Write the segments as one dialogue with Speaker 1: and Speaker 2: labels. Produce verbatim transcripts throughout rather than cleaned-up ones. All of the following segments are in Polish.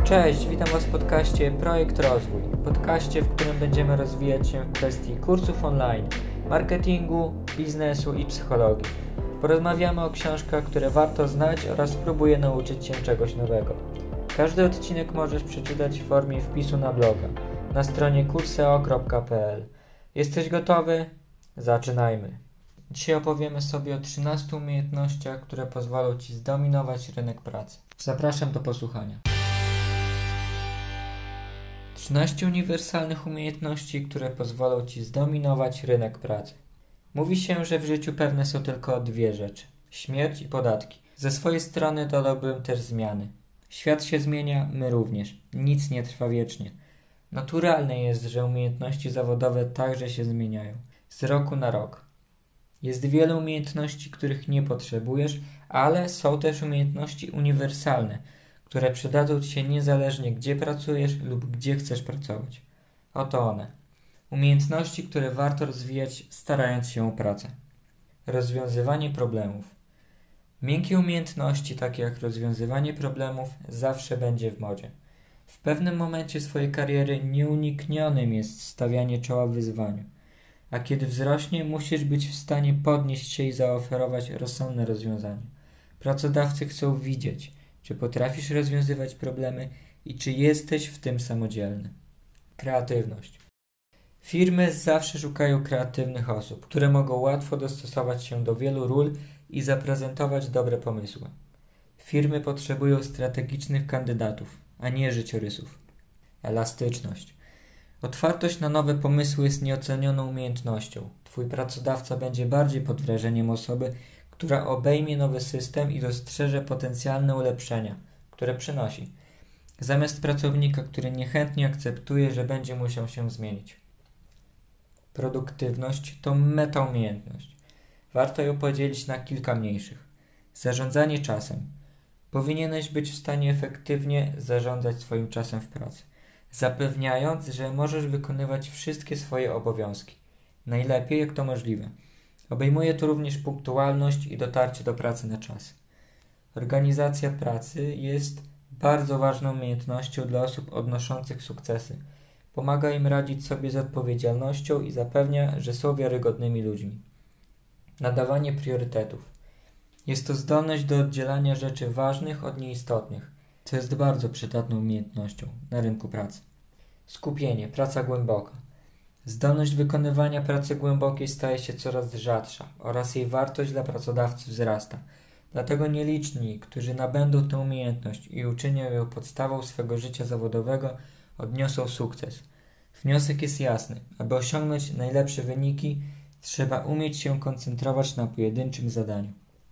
Speaker 1: Cześć, witam Was w podcaście Projekt Rozwój. Podcaście, w którym będziemy rozwijać się w kwestii kursów online, marketingu, biznesu i psychologii. Porozmawiamy o książkach, które warto znać oraz spróbuję nauczyć się czegoś nowego. Każdy odcinek możesz przeczytać w formie wpisu na bloga na stronie kurseo kropka p l. Jesteś gotowy? Zaczynajmy. Dzisiaj opowiemy sobie o trzynastu umiejętnościach, które pozwolą Ci zdominować rynek pracy. Zapraszam do posłuchania. trzynaście uniwersalnych umiejętności, które pozwolą Ci zdominować rynek pracy. Mówi się, że w życiu pewne są tylko dwie rzeczy: śmierć i podatki. Ze swojej strony dodałbym też zmiany. Świat się zmienia, my również. Nic nie trwa wiecznie. Naturalne jest, że umiejętności zawodowe także się zmieniają. Z roku na rok. Jest wiele umiejętności, których nie potrzebujesz, ale są też umiejętności uniwersalne, które przydadzą Ci się niezależnie gdzie pracujesz lub gdzie chcesz pracować. Oto one. Umiejętności, które warto rozwijać starając się o pracę. Rozwiązywanie problemów. Miękkie umiejętności, takie jak rozwiązywanie problemów, zawsze będzie w modzie. W pewnym momencie swojej kariery nieuniknionym jest stawianie czoła wyzwaniu. A kiedy wzrośnie, musisz być w stanie podnieść się i zaoferować rozsądne rozwiązanie. Pracodawcy chcą widzieć, czy potrafisz rozwiązywać problemy i czy jesteś w tym samodzielny. Kreatywność. Firmy zawsze szukają kreatywnych osób, które mogą łatwo dostosować się do wielu ról i zaprezentować dobre pomysły. Firmy potrzebują strategicznych kandydatów, a nie życiorysów. Elastyczność. Otwartość na nowe pomysły jest nieocenioną umiejętnością. Twój pracodawca będzie bardziej pod wrażeniem osoby, która obejmie nowy system i dostrzeże potencjalne ulepszenia, które przynosi, zamiast pracownika, który niechętnie akceptuje, że będzie musiał się zmienić. Produktywność to metaumiejętność. Warto ją podzielić na kilka mniejszych. Zarządzanie czasem. Powinieneś być w stanie efektywnie zarządzać swoim czasem w pracy, zapewniając, że możesz wykonywać wszystkie swoje obowiązki. Najlepiej jak to możliwe. Obejmuje to również punktualność i dotarcie do pracy na czas. Organizacja pracy jest bardzo ważną umiejętnością dla osób odnoszących sukcesy. Pomaga im radzić sobie z odpowiedzialnością i zapewnia, że są wiarygodnymi ludźmi. Nadawanie priorytetów. Jest to zdolność do oddzielania rzeczy ważnych od nieistotnych, co jest bardzo przydatną umiejętnością na rynku pracy. Skupienie, praca głęboka. Zdolność wykonywania pracy głębokiej staje się coraz rzadsza oraz jej wartość dla pracodawcy wzrasta. Dlatego nieliczni, którzy nabędą tę umiejętność i uczynią ją podstawą swego życia zawodowego, odniosą sukces. Wniosek jest jasny. Aby osiągnąć najlepsze wyniki, trzeba umieć się koncentrować na pojedynczym zadaniu.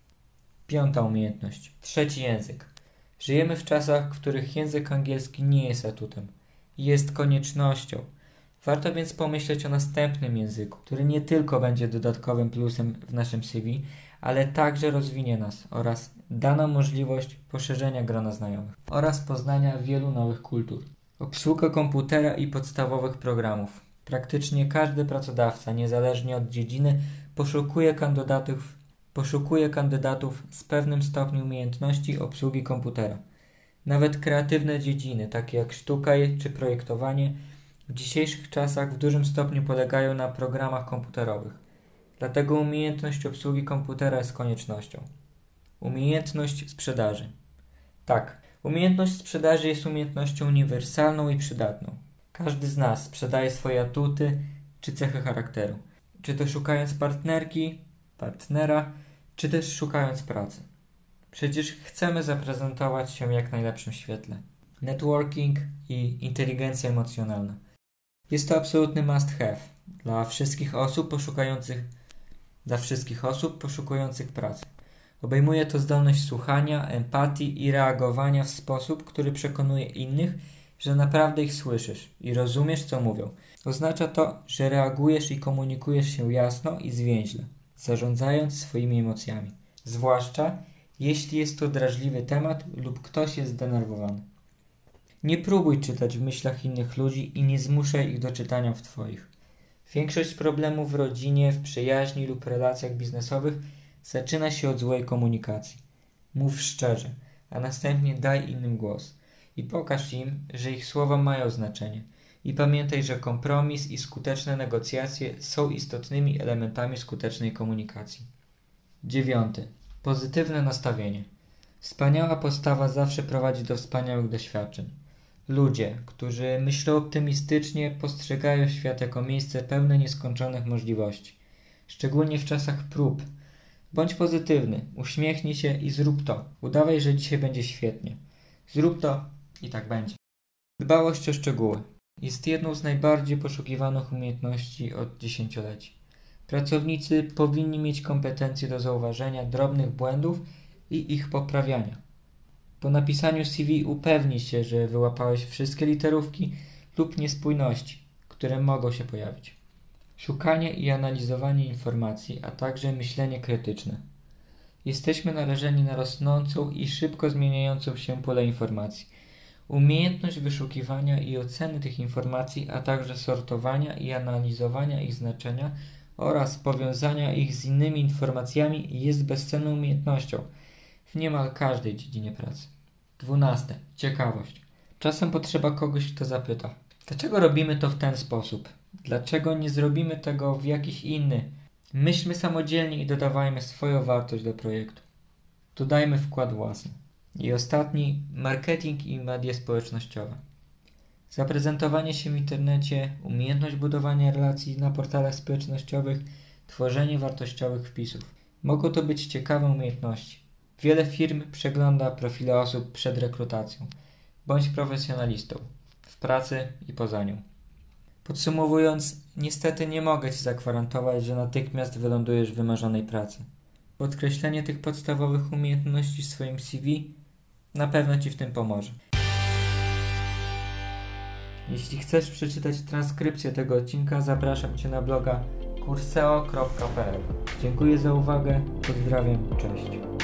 Speaker 1: Piąta umiejętność. Trzeci język. Żyjemy w czasach, w których język angielski nie jest atutem. Jest koniecznością. Warto więc pomyśleć o następnym języku, który nie tylko będzie dodatkowym plusem w naszym C V, ale także rozwinie nas oraz da nam możliwość poszerzenia grona znajomych oraz poznania wielu nowych kultur. Obsługa komputera i podstawowych programów. Praktycznie każdy pracodawca, niezależnie od dziedziny, poszukuje kandydatów, poszukuje kandydatów z pewnym stopniem umiejętności obsługi komputera. Nawet kreatywne dziedziny, takie jak sztuka czy projektowanie, w dzisiejszych czasach w dużym stopniu polegają na programach komputerowych. Dlatego umiejętność obsługi komputera jest koniecznością. Umiejętność sprzedaży. Tak, umiejętność sprzedaży jest umiejętnością uniwersalną i przydatną. Każdy z nas sprzedaje swoje atuty czy cechy charakteru. Czy to szukając partnerki, partnera, czy też szukając pracy. Przecież chcemy zaprezentować się w jak najlepszym świetle. Networking i inteligencja emocjonalna. Jest to absolutny must have dla wszystkich osób poszukujących dla wszystkich osób poszukujących pracy. Obejmuje to zdolność słuchania, empatii i reagowania w sposób, który przekonuje innych, że naprawdę ich słyszysz i rozumiesz, co mówią. Oznacza to, że reagujesz i komunikujesz się jasno i zwięźle, zarządzając swoimi emocjami. Zwłaszcza jeśli jest to drażliwy temat lub ktoś jest zdenerwowany. Nie próbuj czytać w myślach innych ludzi i nie zmuszaj ich do czytania w Twoich. Większość problemów w rodzinie, w przyjaźni lub relacjach biznesowych zaczyna się od złej komunikacji. Mów szczerze, a następnie daj innym głos. i pokaż im, że ich słowa mają znaczenie. I pamiętaj, że kompromis i skuteczne negocjacje są istotnymi elementami skutecznej komunikacji. Dziewiąty. Pozytywne nastawienie. Wspaniała postawa zawsze prowadzi do wspaniałych doświadczeń. Ludzie, którzy myślą optymistycznie, postrzegają świat jako miejsce pełne nieskończonych możliwości. Szczególnie w czasach prób. Bądź pozytywny, uśmiechnij się i zrób to. Udawaj, że dzisiaj będzie świetnie. Zrób to i tak będzie. Dbałość o szczegóły jest jedną z najbardziej poszukiwanych umiejętności od dziesięcioleci. Pracownicy powinni mieć kompetencje do zauważenia drobnych błędów i ich poprawiania. Po napisaniu C V upewnij się, że wyłapałeś wszystkie literówki lub niespójności, które mogą się pojawić. Szukanie i analizowanie informacji, a także myślenie krytyczne. Jesteśmy narażeni na rosnącą i szybko zmieniającą się pulę informacji. Umiejętność wyszukiwania i oceny tych informacji, a także sortowania i analizowania ich znaczenia oraz powiązania ich z innymi informacjami jest bezcenną umiejętnością w niemal każdej dziedzinie pracy. Dwunaste. Ciekawość. Czasem potrzeba kogoś, kto zapyta: dlaczego robimy to w ten sposób? Dlaczego nie zrobimy tego w jakiś inny? Myślmy samodzielnie i dodawajmy swoją wartość do projektu. Dodajmy wkład własny. I ostatni, marketing i media społecznościowe. Zaprezentowanie się w internecie, umiejętność budowania relacji na portalach społecznościowych, tworzenie wartościowych wpisów. Mogą to być ciekawe umiejętności. Wiele firm przegląda profile osób przed rekrutacją. Bądź profesjonalistą w pracy i poza nią. Podsumowując, niestety nie mogę Ci zagwarantować, że natychmiast wylądujesz w wymarzonej pracy. Podkreślenie tych podstawowych umiejętności w swoim C V na pewno Ci w tym pomoże. Jeśli chcesz przeczytać transkrypcję tego odcinka, zapraszam Cię na bloga kurseo kropka p l. Dziękuję za uwagę, pozdrawiam, cześć.